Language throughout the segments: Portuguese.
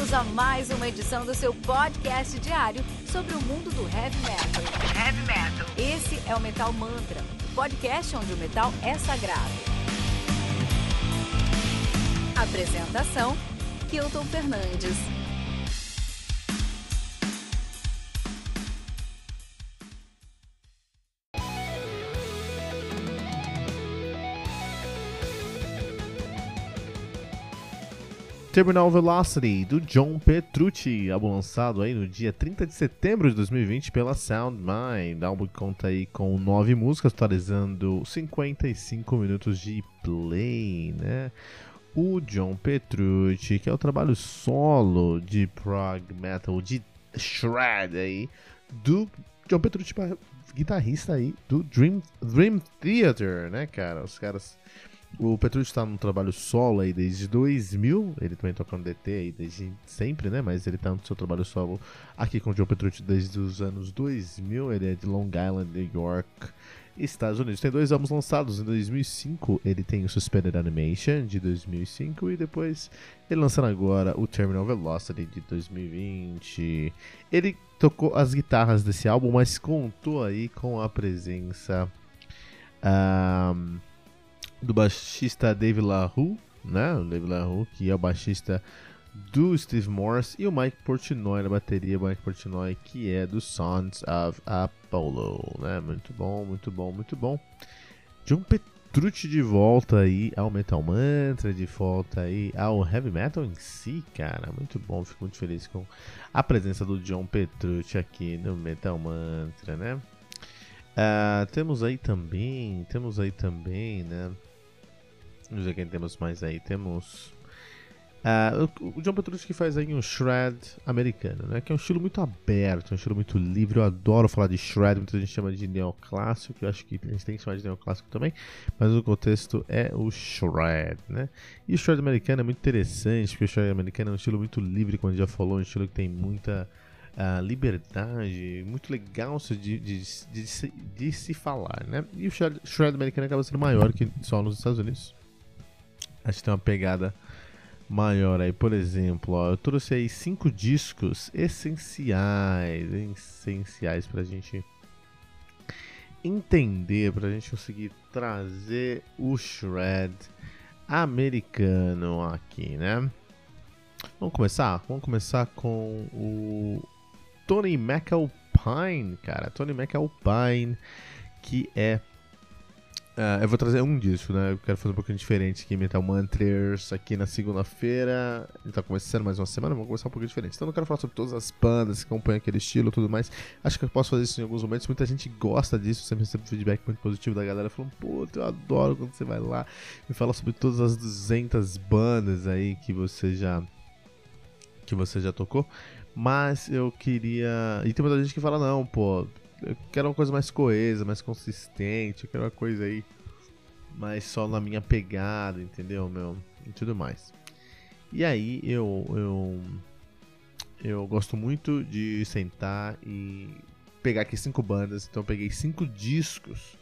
Bem-vindos a mais uma edição do seu podcast diário sobre o mundo do heavy metal. Esse é o Metal Mantra, o podcast onde o metal é sagrado. Apresentação: Kilton Fernandes. Terminal Velocity, do John Petrucci, álbum lançado aí no dia 30 de setembro de 2020 pela Soundmind. O álbum conta aí com 9 músicas, totalizando 55 minutos de play, né? O John Petrucci, que é o trabalho solo de prog metal, de shred aí, do John Petrucci, guitarrista aí do Dream Theater, né, cara? Os caras... O Petrucci tá no trabalho solo aí desde 2000, ele também toca no DT aí desde sempre, né? Mas ele tá no seu trabalho solo aqui com o John Petrucci desde os anos 2000, ele é de Long Island, New York, Estados Unidos. Tem 2 álbuns lançados, em 2005 ele tem o Suspended Animation, de 2005, e depois ele lançando agora o Terminal Velocity, de 2020. Ele tocou as guitarras desse álbum, mas contou aí com a presença... do baixista Dave LaRue, né? O Dave LaRue, que é o baixista do Steve Morse, e o Mike Portnoy na bateria, o Mike Portnoy, que é do Sons of Apollo, né? Muito bom, muito bom, muito bom. John Petrucci de volta aí ao Metal Mantra, de volta aí ao Heavy Metal em si, cara. Muito bom, fico muito feliz com a presença do John Petrucci aqui no Metal Mantra, né? Temos aí também, né? Vamos ver quem temos mais aí. Temos o John Petrucci, que faz aí um shred americano, né? Que é um estilo muito aberto, um estilo muito livre. Eu adoro falar de shred, muita gente chama de neoclássico, que eu acho que a gente tem que chamar de neoclássico também, mas o contexto é o shred, né? E o shred americano é muito interessante, porque o shred americano é um estilo muito livre, como a gente já falou, um estilo que tem muita... liberdade, muito legal de se falar, né? E o shred americano acaba sendo maior que só nos Estados Unidos. Acho que tem uma pegada maior aí. Por exemplo, ó, eu trouxe aí 5 discos essenciais pra gente entender, pra gente conseguir trazer o shred americano aqui, né? Vamos começar com o Tony McAlpine, cara. Tony McAlpine, que é... eu vou trazer um disco, né? Eu quero fazer um pouquinho diferente aqui, Metal Mantras, aqui na segunda-feira. Ele tá começando mais uma semana, vamos começar um pouquinho diferente. Então eu não quero falar sobre todas as bandas que acompanham aquele estilo e tudo mais. Acho que eu posso fazer isso em alguns momentos. Muita gente gosta disso, sempre recebo feedback muito positivo da galera, falando, pô, eu adoro quando você vai lá e fala sobre todas as 200 bandas aí que você já tocou. Mas eu queria... E tem muita gente que fala, não, pô, eu quero uma coisa mais coesa, mais consistente, eu quero uma coisa aí mais só na minha pegada, entendeu, meu? E tudo mais. E aí eu gosto muito de sentar e pegar aqui 5 bandas. Então eu peguei 5 discos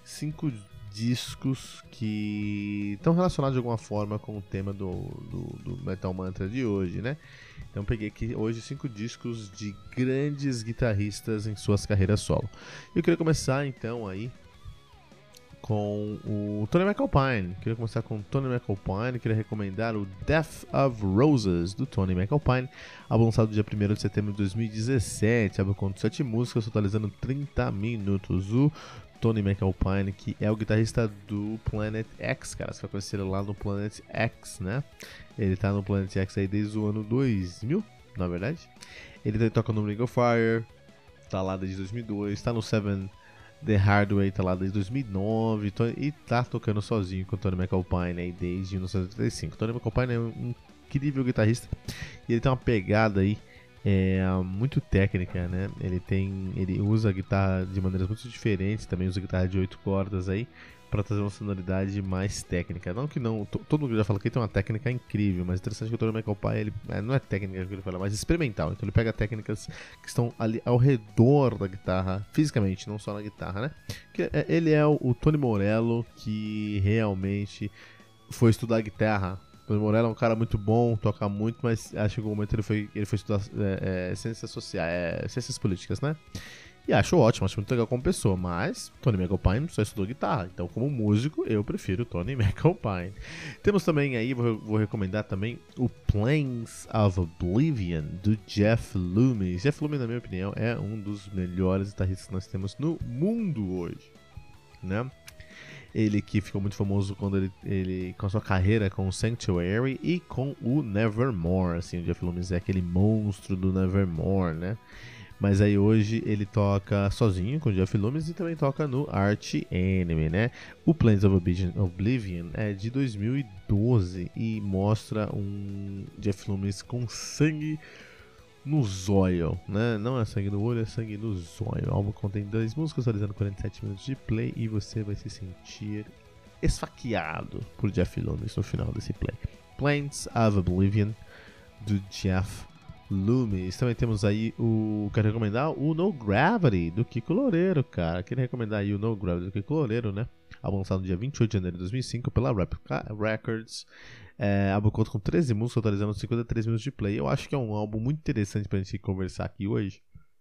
que estão relacionados de alguma forma com o tema do Metal Mantra de hoje, né? Então peguei aqui hoje 5 discos de grandes guitarristas em suas carreiras solo. Eu queria começar então aí com o Tony McAlpine. Queria recomendar o Death of Roses, do Tony McAlpine, álbum lançado dia 1º de setembro de 2017, álbum com 7 músicas, totalizando 30 minutos. O Tony McAlpine, que é o guitarrista do Planet X, cara, você vai conhecer ele lá no Planet X, né? Ele tá no Planet X aí desde o ano 2000, na verdade. Ele também toca no Ring of Fire, tá lá desde 2002, tá no Seven The Hard Way, tá lá desde 2009, e tá tocando sozinho com o Tony McAlpine aí desde 1985. O Tony McAlpine é um incrível guitarrista, e ele tem uma pegada aí muito técnica, né? Ele usa a guitarra de maneiras muito diferentes, também usa guitarra de 8 cordas aí, para trazer uma sonoridade mais técnica. Todo mundo já fala que ele tem uma técnica incrível, mas interessante que o Tony McAlpine, ele não é técnica que ele fala, mas experimental. Então ele pega técnicas que estão ali ao redor da guitarra, fisicamente, não só na guitarra, né? Ele é o Tony Morello, que realmente foi estudar guitarra Tony Morello é um cara muito bom, toca muito, mas acho que em algum momento ele foi estudar ciências sociais, ciências políticas, né? E acho ótimo, acho muito legal como pessoa, mas Tony McAlpine só estudou guitarra, então como músico eu prefiro Tony McAlpine. Temos também aí, vou recomendar também o Planes of Oblivion, do Jeff Loomis. Jeff Loomis, na minha opinião, é um dos melhores guitarristas que nós temos no mundo hoje, né? Ele que ficou muito famoso quando ele com a sua carreira com o Sanctuary e com o Nevermore, assim, o Jeff Loomis é aquele monstro do Nevermore, né? Mas aí hoje ele toca sozinho com o Jeff Loomis e também toca no Arch Enemy, né? O Planes of Oblivion é de 2012 e mostra um Jeff Loomis com sangue no zóio, né? Não é sangue no olho, é sangue no zóio. O álbum contém 2 músicas, totalizando 47 minutos de play e você vai se sentir esfaqueado por Jeff Loomis no final desse play. Planes of Oblivion, do Jeff Loomis. Também temos aí quero recomendar o No Gravity, do Kiko Loureiro, cara. Quero recomendar aí o No Gravity, do Kiko Loureiro, né? Álbum lançado no dia 28 de janeiro de 2005 pela Replica Records. Álbum conta com 13 músicas, totalizando 53 minutos de play. Eu acho que é um álbum muito interessante pra gente conversar aqui hoje,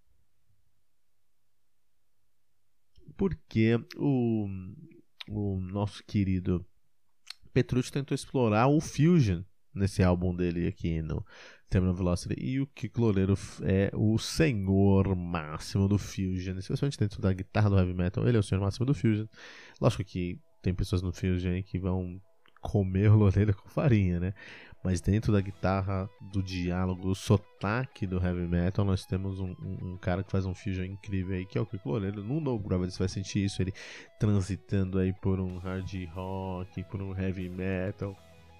porque o nosso querido Petrucci tentou explorar o Fusion nesse álbum dele aqui no Terminal Velocity, e o Kiko Loureiro é o senhor máximo do Fusion, especialmente dentro da guitarra do heavy metal. Ele é o senhor máximo do Fusion. Lógico que tem pessoas no Fusion aí que vão comer o Loureiro com farinha, né? Mas dentro da guitarra, do diálogo, do sotaque do heavy metal, nós temos um cara que faz um Fusion incrível aí, que é o Kiko Loureiro. No No Gravity você vai sentir isso, ele transitando aí por um hard rock, por um heavy metal,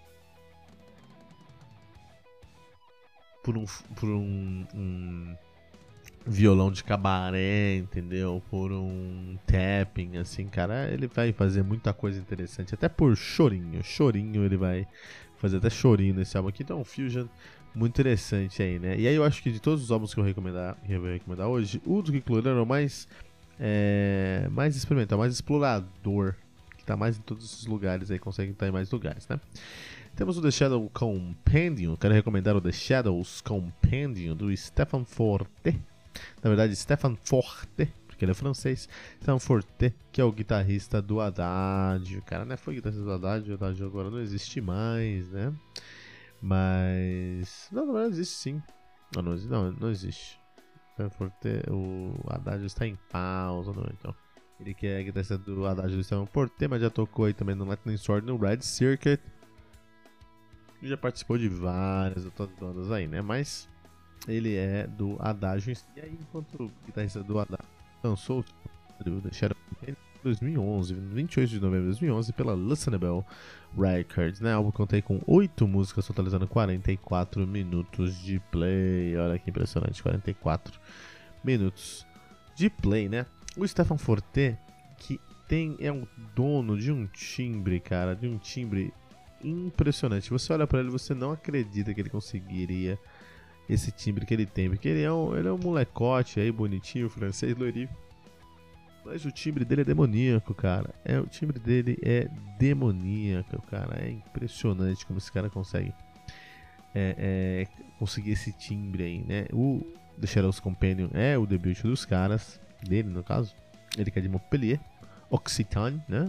por um violão de cabaré, entendeu? Por um tapping, assim, cara, ele vai fazer muita coisa interessante, até por chorinho ele vai fazer até chorinho nesse álbum aqui, então é um Fusion muito interessante aí, né? E aí eu acho que de todos os álbuns que eu vou recomendar hoje, o do Kiko Loureiro é o mais experimental, mais explorador, que tá mais em todos esses lugares aí, consegue estar em mais lugares, né? Temos o The Shadow Compendium, quero recomendar o The Shadows Compendium do Stefan Forte. Na verdade, Stefan Forte, porque ele é francês. Stefan Forte, que é o guitarrista do Adagio. Cara, né? Foi guitarrista do Adagio, o Adagio agora não existe mais, né? Mas... não, na verdade existe sim. Não existe. Stefan Forte, o Adagio está em pausa, não, então. Ele que é guitarrista do Adagio do Stefan Forte, mas já tocou aí também no Lightning Sword, no Red Circuit. E já participou de várias outras bandas aí, né? Mas... ele é do Adagio. E aí, enquanto o guitarrista do Adagio lançou o The Shadow em 2011, 28 de novembro de 2011, pela Listenable Records, né? O álbum contém com 8 músicas, totalizando 44 minutos de play. Olha que impressionante, 44 minutos de play, né? O Stefan Forte, que é um dono de um timbre, cara, de um timbre impressionante. Você olha pra ele, você não acredita que ele conseguiria esse timbre que ele tem, porque ele é um molecote aí, bonitinho, francês, loirinho, mas o timbre dele é demoníaco, cara. O timbre dele é demoníaco, cara. É impressionante como esse cara consegue conseguir esse timbre aí, né? O The Shadows Companion é o debut dos caras, dele no caso, ele que é de Montpellier, Occitanie, né?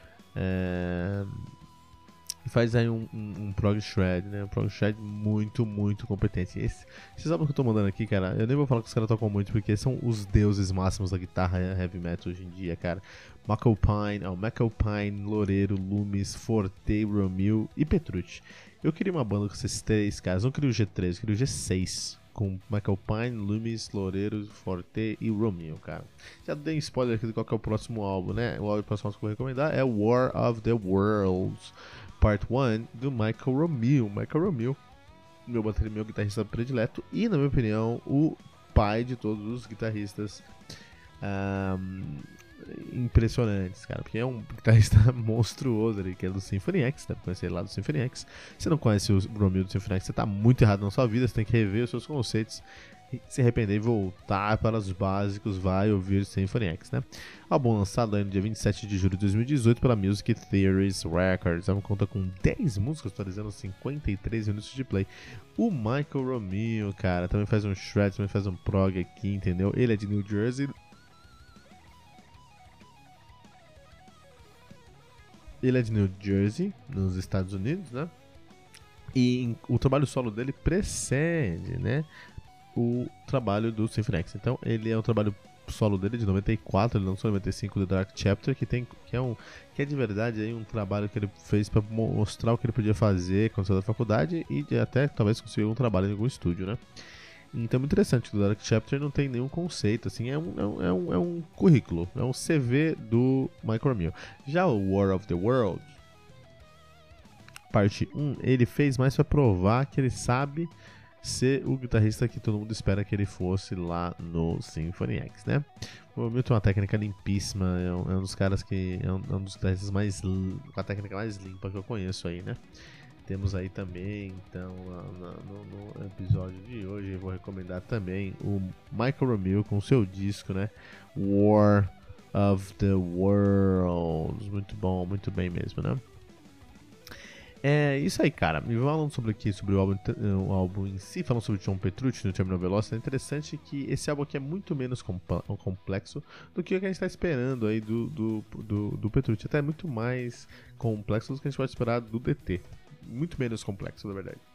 Faz aí um prog shred, né? Um prog shred muito, muito competente. Esses álbuns que eu tô mandando aqui, cara, eu nem vou falar que os caras tocam muito, porque são os deuses máximos da guitarra heavy metal hoje em dia, cara. McAlpine, Loureiro, Loomis, Forte, Romeo e Petrucci. Eu queria uma banda com esses 3 caras, não queria o G3, eu queria o G6. Com McAlpine, Loomis, Loureiro, Forte e Romeo, cara. Já dei um spoiler aqui de qual que é o próximo álbum, né? O próximo álbum que eu vou recomendar é War of the Worlds, Part 1, do Michael Romeo. Michael Romeo, meu guitarrista predileto e, na minha opinião, o pai de todos os guitarristas impressionantes, cara, porque é um guitarrista monstruoso ali, que é do Symphony X, deve conhecer ele lá do Symphony X. Se você não conhece o Romeo do Symphony X, você tá muito errado na sua vida, você tem que rever os seus conceitos se arrepender e voltar para os básicos, vai ouvir Symphony X, né? Álbum lançado aí no dia 27 de julho de 2018 pela Music Theories Records. Ela conta com 10 músicas, totalizando 53 minutos de play. O Michael Romeo, cara, também faz um shred, também faz um prog aqui, entendeu? Ele é de New Jersey. Ele é de New Jersey, nos Estados Unidos, né? E o trabalho solo dele precede, né, o trabalho do Symphony X. Então, ele é um trabalho solo dele de 94, ele lançou em 95 The Dark Chapter, que é de verdade aí um trabalho que ele fez para mostrar o que ele podia fazer quando saiu da faculdade e de até talvez conseguir um trabalho em algum estúdio, né? Então é muito interessante que o Dark Chapter não tem nenhum conceito, assim, é um currículo, é um CV do Michael Romeo. Já o War of the World, parte 1, ele fez mais pra provar que ele sabe ser o guitarrista que todo mundo espera que ele fosse lá no Symphony X, né? O Romeo tem uma técnica limpíssima, é um dos caras que é um dos guitarristas com a técnica mais limpa que eu conheço aí, né? Temos aí também, então, no episódio de hoje, eu vou recomendar também o Michael Romeo com seu disco, né? War of the Worlds. Muito bom, muito bem mesmo, né? É isso aí, cara. Me falando sobre o álbum em si, falando sobre John Petrucci no Terminal Velocity, é interessante que esse álbum aqui é muito menos complexo do que o que a gente está esperando aí do Petrucci. Até é muito mais complexo do que a gente pode esperar do DT. Muito menos complexo, na verdade.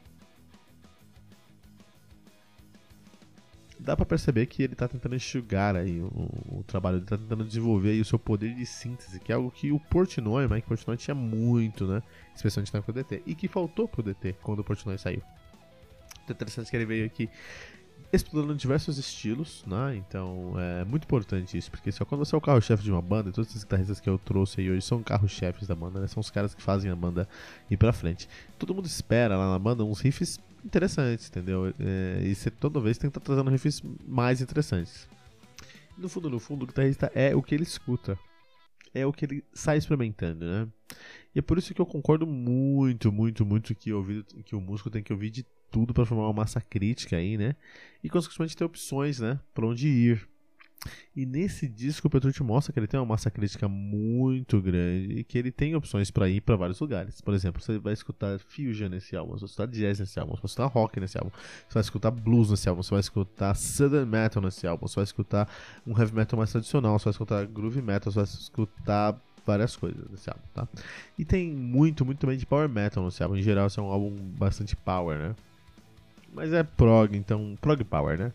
Dá pra perceber que ele tá tentando enxugar aí o trabalho, ele tá tentando desenvolver aí o seu poder de síntese, que é algo que o Portnoy, Mike Portnoy, tinha muito, né? Especialmente na época do DT, e que faltou pro DT quando o Portnoy saiu. Então é interessante que ele veio aqui explorando diversos estilos, né? Então é muito importante isso, porque quando você é o carro-chefe de uma banda, e todos esses guitarristas que eu trouxe aí hoje são carro-chefes da banda, né? São os caras que fazem a banda ir pra frente. Todo mundo espera lá na banda uns riffs interessantes, entendeu? E você toda vez tenta trazendo riffs mais interessantes. No fundo, o guitarrista é o que ele escuta, é o que ele sai experimentando, né? E é por isso que eu concordo muito que o músico tem que ouvir de tudo para formar uma massa crítica aí, né? E consequentemente ter opções, né? Para onde ir. E nesse disco o Petrucci mostra que ele tem uma massa crítica muito grande e que ele tem opções para ir para vários lugares. Por exemplo, você vai escutar fusion nesse álbum, você vai escutar jazz nesse álbum, você vai escutar rock nesse álbum, você vai escutar blues nesse álbum, você vai escutar southern metal nesse álbum, você vai escutar um heavy metal mais tradicional, você vai escutar groove metal, você vai escutar várias coisas nesse álbum, tá? E tem muito também de power metal nesse álbum. Em geral, esse é um álbum bastante power, né? Mas é prog, então prog power, né?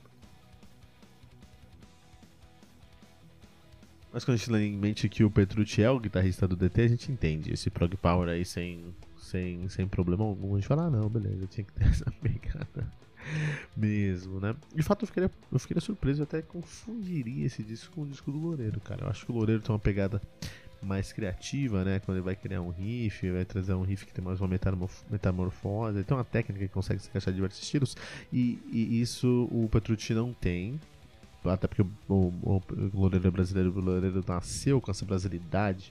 Mas quando a gente tem em mente que o Petrucci é o guitarrista do DT, a gente entende esse prog power aí sem problema algum. A gente fala, não, beleza, tinha que ter essa pegada mesmo, né? De fato, eu fiquei surpreso, eu até confundiria esse disco com o disco do Loureiro, cara. Eu acho que o Loureiro tem uma pegada mais criativa, né? Quando ele vai criar um riff, vai trazer um riff que tem mais uma metamorfose, ele tem uma técnica que consegue se encaixar em diversos estilos, e isso o Petrucci não tem. Até porque o Loureiro é brasileiro, o Loureiro nasceu com essa brasilidade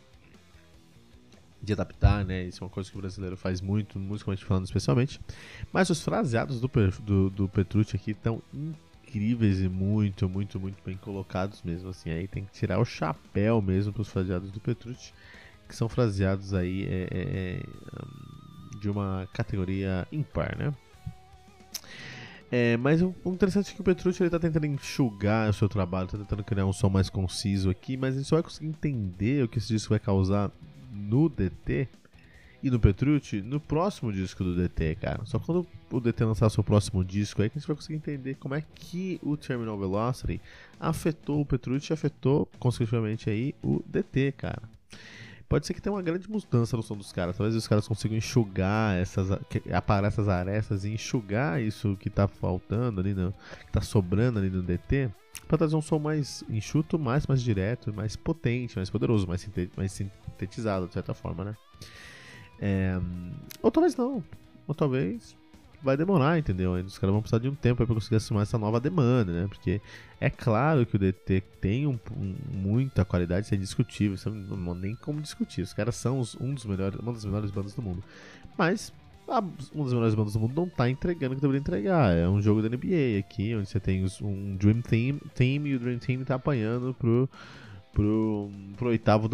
de adaptar, né? Isso é uma coisa que o brasileiro faz muito, musicalmente falando especialmente. Mas os fraseados do Petrucci aqui estão incríveis e muito bem colocados mesmo, assim. Aí tem que tirar o chapéu mesmo para os fraseados do Petrucci, que são fraseados aí de uma categoria ímpar, né? Mas o interessante é que o Petrucci ele tá tentando enxugar o seu trabalho, tá tentando criar um som mais conciso aqui, mas a gente só vai conseguir entender o que esse disco vai causar no DT e no Petrucci no próximo disco do DT, cara. Só quando o DT lançar seu próximo disco aí que a gente vai conseguir entender como é que o Terminal Velocity afetou o Petrucci e afetou, consequentemente, aí o DT, cara. Pode ser que tenha uma grande mudança no som dos caras. Talvez os caras consigam enxugar aparar essas arestas e enxugar isso que tá faltando ali, que tá sobrando ali no DT, pra trazer um som mais enxuto, mais direto, mais potente, mais poderoso, mais sintetizado, de certa forma, né? Ou talvez não. Ou talvez vai demorar, entendeu? Os caras vão precisar de um tempo para conseguir assumir essa nova demanda, né? Porque é claro que o DT tem muita qualidade, isso é indiscutível, isso não tem nem como discutir. Os caras são uma das melhores bandas do mundo. Mas uma das melhores bandas do mundo não tá entregando o que deveria entregar. É um jogo da NBA aqui, onde você tem um Dream Team e o Dream Team tá apanhando pro oitavo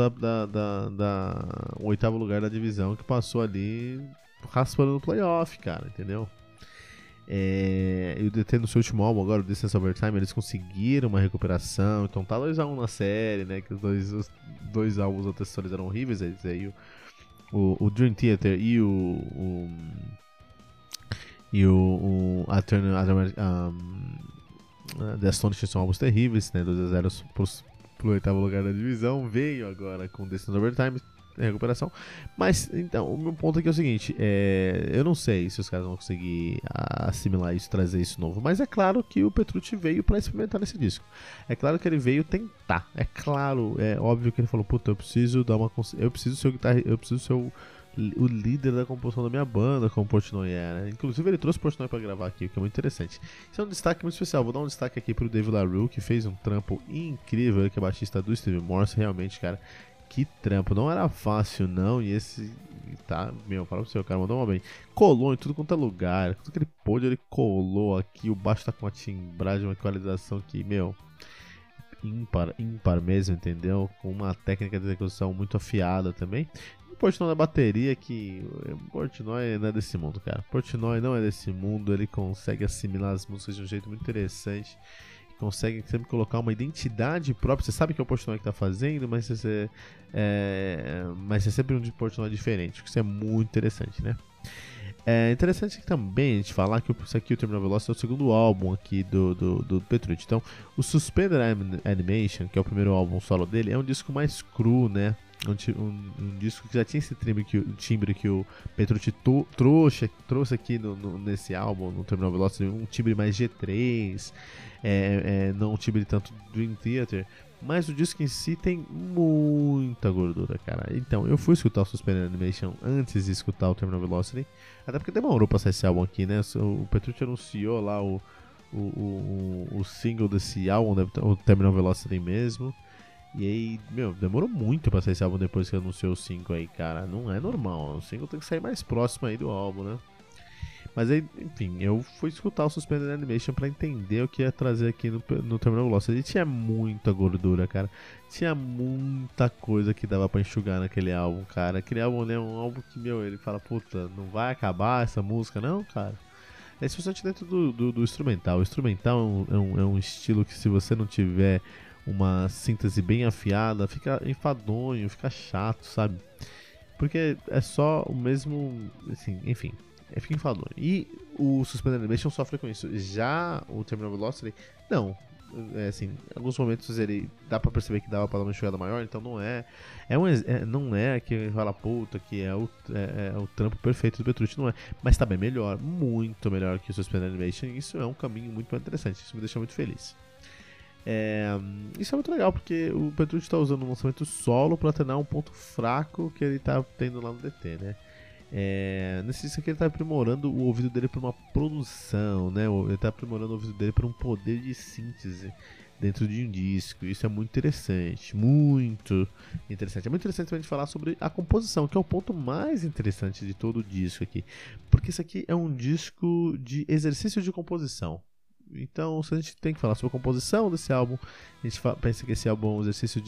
o oitavo lugar da divisão, que passou ali raspando no playoff, cara, entendeu? E o DT no seu último álbum agora, o Distance Over Time, eles conseguiram uma recuperação, então tá 2-1 na série, né, que os dois álbuns anteriores eram horríveis, aí o Dream Theater e o The Astonishing são álbuns terríveis, né, 2-0 pro oitavo lugar da divisão, veio agora com Distance Over Time, recuperação. Mas, então, o meu ponto aqui é o seguinte, eu não sei se os caras vão conseguir assimilar isso, trazer isso novo, mas é claro que o Petrucci veio pra experimentar nesse disco. É claro que ele veio tentar, é claro, é óbvio que ele falou, puta, eu preciso ser o líder da composição da minha banda, como o Portnoy é, né? Inclusive ele trouxe o Portnoy pra gravar aqui, o que é muito interessante. Isso é um destaque muito especial, vou dar um destaque aqui pro Dave LaRue, que fez um trampo incrível, que é baixista do Steve Morse, realmente, cara. Que trampo, não era fácil não, e esse, tá, fala pro seu, cara mandou uma bem, colou em tudo quanto é lugar, tudo que ele pôde ele colou aqui, o baixo tá com uma timbragem, uma equalização que, ímpar mesmo, entendeu, com uma técnica de execução muito afiada também. O Portnoy da bateria, que o Portnoy não é desse mundo, cara, Portnoy não é desse mundo, ele consegue assimilar as músicas de um jeito muito interessante, consegue sempre colocar uma identidade própria. Você sabe que é o Portnoy que tá fazendo, mas você é sempre um Portnoy diferente, isso é muito interessante, né? É interessante também a gente falar que isso aqui, o Terminal Velocity, é o segundo álbum aqui do Petrucci. Então, o Suspended Animation, que é o primeiro álbum solo dele, é um disco mais cru, né? Um disco que já tinha esse timbre que o Petrucci trouxe aqui nesse álbum, no Terminal Velocity, um timbre mais G3, não um timbre tanto Dream Theater, mas o disco em si tem muita gordura, cara. Então, eu fui escutar o Suspended Animation antes de escutar o Terminal Velocity, até porque demorou pra sair esse álbum aqui, né? O Petrucci anunciou lá o single desse álbum, o Terminal Velocity mesmo. E aí, demorou muito pra sair esse álbum depois que anunciou o single aí, cara. Não é normal, o single tem que sair mais próximo aí do álbum, né? Mas aí, enfim, eu fui escutar o Suspended Animation pra entender o que ia trazer aqui no Terminal Velocity. E tinha muita gordura, cara. Tinha muita coisa que dava pra enxugar naquele álbum, cara. Aquele álbum é um álbum que, ele fala, puta, não vai acabar essa música, não, cara. É especialmente dentro do instrumental. O instrumental é um estilo que, se você não tiver uma síntese bem afiada, fica enfadonho, fica chato, sabe? Porque é só o mesmo, assim, enfim, fica enfadonho. E o Suspended Animation sofre com isso. Já o Terminal Velocity, não. Assim, em alguns momentos ele dá pra perceber que dava pra dar uma enxugada maior, então não não é que fala puta que é o trampo perfeito do Petrucci, não é, mas tá bem melhor, muito melhor que o Suspended Animation, e isso é um caminho muito mais interessante, isso me deixa muito feliz. Isso é muito legal, porque o Petrucci está usando um lançamento solo para treinar um ponto fraco que ele está tendo lá no DT, né? Nesse disco aqui ele está aprimorando o ouvido dele para uma produção, né? Ele está aprimorando o ouvido dele para um poder de síntese dentro de um disco. Isso é muito interessante, muito interessante. É muito interessante também de falar sobre a composição, que é o ponto mais interessante de todo o disco aqui, porque isso aqui é um disco de exercício de composição. Então, se a gente tem que falar sobre a composição desse álbum, a gente pensa que esse álbum é um exercício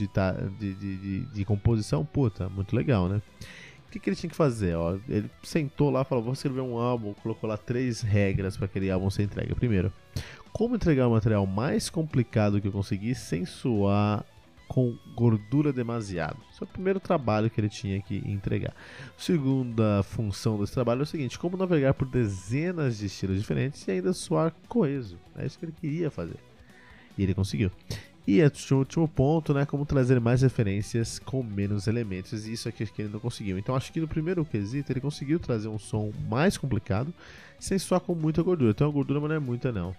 de composição, puta, muito legal, né? O que ele tinha que fazer? Ó? Ele sentou lá e falou, vou escrever um álbum, colocou lá 3 regras para aquele álbum ser entregue. Primeiro, como entregar o material mais complicado que eu conseguir sem soar com gordura demasiado. Esse é o primeiro trabalho que ele tinha que entregar. Segunda função desse trabalho é o seguinte: como navegar por dezenas de estilos diferentes e ainda soar coeso. É isso que ele queria fazer. E ele conseguiu. E o último ponto, né, como trazer mais referências com menos elementos, e isso aqui que ele não conseguiu. Então acho que no primeiro quesito ele conseguiu trazer um som mais complicado, sem soar com muita gordura. Então a gordura não é muita não.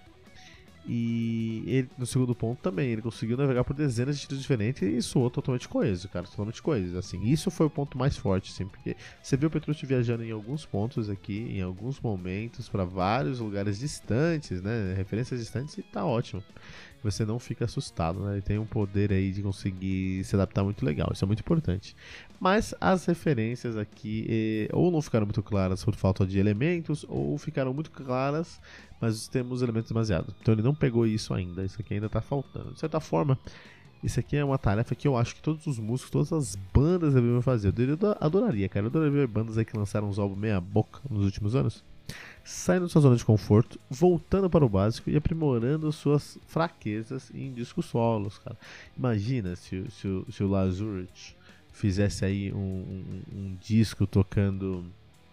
E ele, no segundo ponto também, ele conseguiu navegar por dezenas de estilos diferentes e soou totalmente coeso, cara, totalmente coeso, assim, isso foi o ponto mais forte, assim, porque você viu o Petrucci viajando em alguns pontos aqui, em alguns momentos, para vários lugares distantes, né, referências distantes, e tá ótimo. você não fica assustado, né? Ele tem um poder aí de conseguir se adaptar muito legal, isso é muito importante. Mas as referências aqui ou não ficaram muito claras por falta de elementos, ou ficaram muito claras, mas temos elementos demasiados. Então ele não pegou isso ainda, isso aqui ainda tá faltando. De certa forma, isso aqui é uma tarefa que eu acho que todos os músicos, todas as bandas deveriam fazer. Eu adoraria, cara. Eu adoraria ver bandas aí que lançaram uns álbuns meia boca nos últimos anos, saindo da sua zona de conforto, voltando para o básico e aprimorando suas fraquezas em discos solos, cara. Imagina se o Lazurich fizesse aí um disco tocando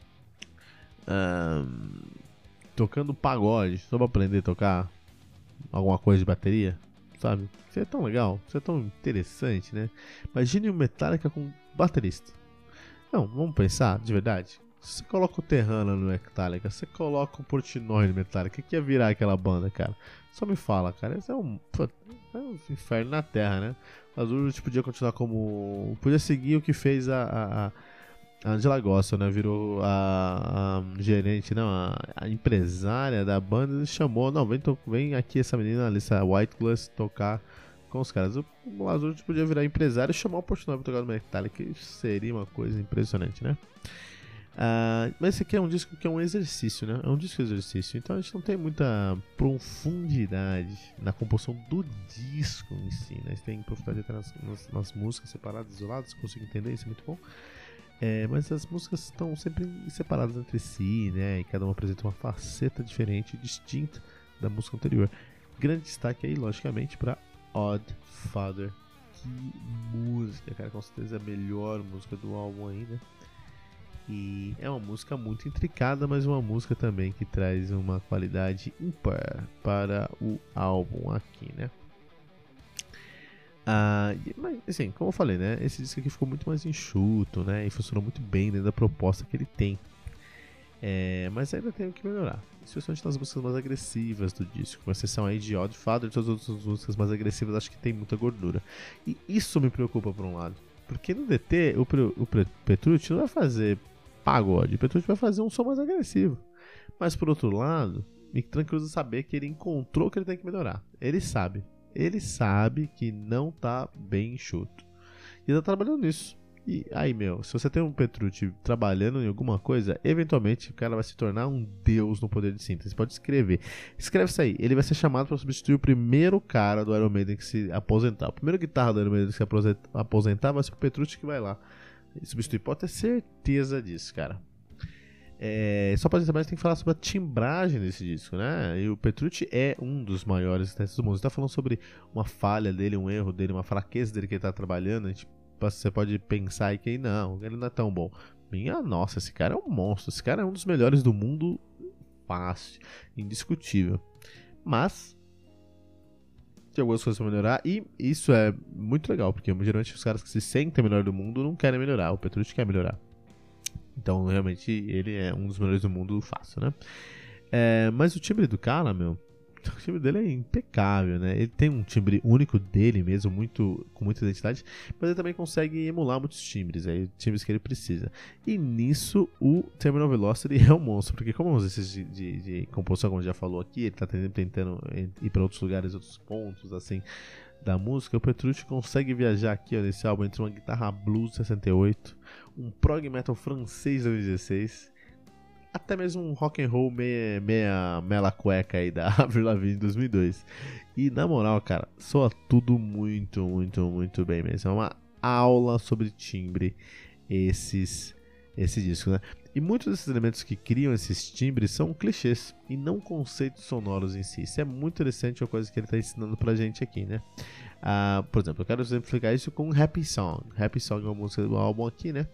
pagode, só pra aprender a tocar alguma coisa de bateria, sabe? Isso é tão legal, isso é tão interessante, né? Imagine o Metallica com baterista. Não, vamos pensar, de verdade. Você coloca o Terrana no Metallica, você coloca o Portnoy no Metallica, o que ia virar aquela banda, cara? Só me fala, cara. Isso é um inferno na Terra, né? O Lazurich podia continuar como... Podia seguir o que fez a Angela Gossel, né? Virou a gerente, não, a empresária da banda. E chamou, não, vem aqui essa menina, Alissa Whiteglass, tocar com os caras. O Lazurich podia virar empresário e chamar o Portnoy pra tocar no Metallica. Isso seria uma coisa impressionante, né? Mas esse aqui é um disco que é um exercício, né? É um disco exercício. Então a gente não tem muita profundidade na composição do disco em si, né? A gente tem profundidade até nas músicas separadas, isoladas, consigo entender, isso é muito bom. Mas as músicas estão sempre separadas entre si, né? E cada uma apresenta uma faceta diferente, distinta da música anterior. Grande destaque aí, logicamente, para Odd Father. Que música, cara, com certeza é a melhor música do álbum ainda. E é uma música muito intricada, mas uma música também que traz uma qualidade ímpar para o álbum aqui, né? Mas assim, como eu falei, né? Esse disco aqui ficou muito mais enxuto, né? E funcionou muito bem dentro da proposta que ele tem. Mas ainda tem o que melhorar, especialmente nas músicas mais agressivas do disco, com exceção aí de Odd Father e todas as outras músicas mais agressivas, acho que tem muita gordura. E isso me preocupa por um lado, porque no DT o Petrucci não vai fazer pagode, o Petrucci vai fazer um som mais agressivo. Mas por outro lado, me tranquiliza saber que ele encontrou o que ele tem que melhorar. Ele sabe que não tá bem enxuto. E tá trabalhando nisso. E aí, se você tem um Petrucci trabalhando em alguma coisa, eventualmente o cara vai se tornar um deus no poder de síntese. Pode escreve isso aí. Ele vai ser chamado para substituir o primeiro cara do Iron Maiden que se aposentar. O primeiro guitarra do Iron Maiden que se aposentar vai ser o Petrucci que vai lá substituir. Pode ter certeza disso, cara. Só pra gente também tem que falar sobre a timbragem desse disco, né? E o Petrucci é um dos maiores guitarristas do mundo. Você tá falando sobre uma falha dele, um erro dele, uma fraqueza dele que ele tá trabalhando. Você pode pensar aí que não, ele não é tão bom. Minha nossa, esse cara é um monstro. Esse cara é um dos melhores do mundo, fácil, indiscutível. Mas tem algumas coisas pra melhorar, e isso é muito legal, porque geralmente os caras que se sentem melhor do mundo não querem melhorar. O Petrucci quer melhorar. Então, realmente, ele é um dos melhores do mundo fácil, né? Mas o timbre do cara, o timbre dele é impecável, né? Ele tem um timbre único dele mesmo, com muita identidade, mas ele também consegue emular muitos timbres, timbres que ele precisa. E nisso, o Terminal Velocity é um monstro, porque como os exercícios de composição, como já falou aqui, ele tá tentando ir para outros lugares, outros pontos, assim, da música. O Petrucci consegue viajar aqui, ó, nesse álbum, entre uma guitarra blues 68, um prog metal francês 2016, até mesmo um rock and roll meia mela cueca aí da Avril Lavigne 2002. E na moral, cara, soa tudo muito, muito, muito bem mesmo. É uma aula sobre timbre esse disco, né? E muitos desses elementos que criam esses timbres são clichês e não conceitos sonoros em si. Isso é muito interessante, é uma coisa que ele está ensinando pra gente aqui, né? Por exemplo, eu quero exemplificar isso com Happy Song. Happy Song é uma música do álbum aqui, né?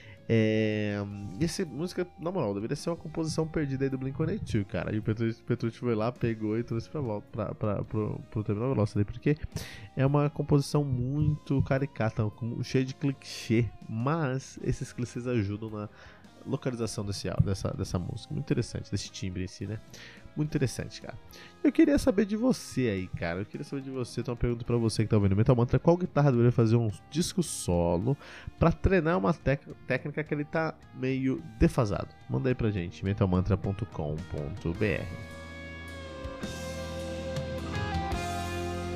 E essa música, na moral, deveria ser uma composição perdida aí do Blink-182, cara. E o Petrucci foi lá, pegou e trouxe pra volta pro Terminal Velocity, porque é uma composição muito caricata, cheia de clichê, mas esses clichês ajudam na localização dessa música. Muito interessante, desse timbre em si, né? Muito interessante, cara. Eu queria saber de você aí, cara. Eu queria saber de você. Então, uma pergunta pra você que tá ouvindo Metal Mantra: qual guitarra deveria fazer um disco solo pra treinar uma técnica que ele tá meio defasado? Manda aí pra gente, metalmantra.com.br.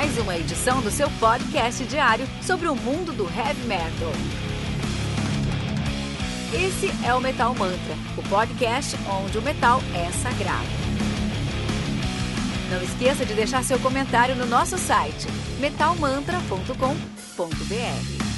mais uma edição do seu podcast diário sobre o mundo do heavy metal. Esse é o Metal Mantra, o podcast onde o metal é sagrado. Não esqueça de deixar seu comentário no nosso site metalmantra.com.br.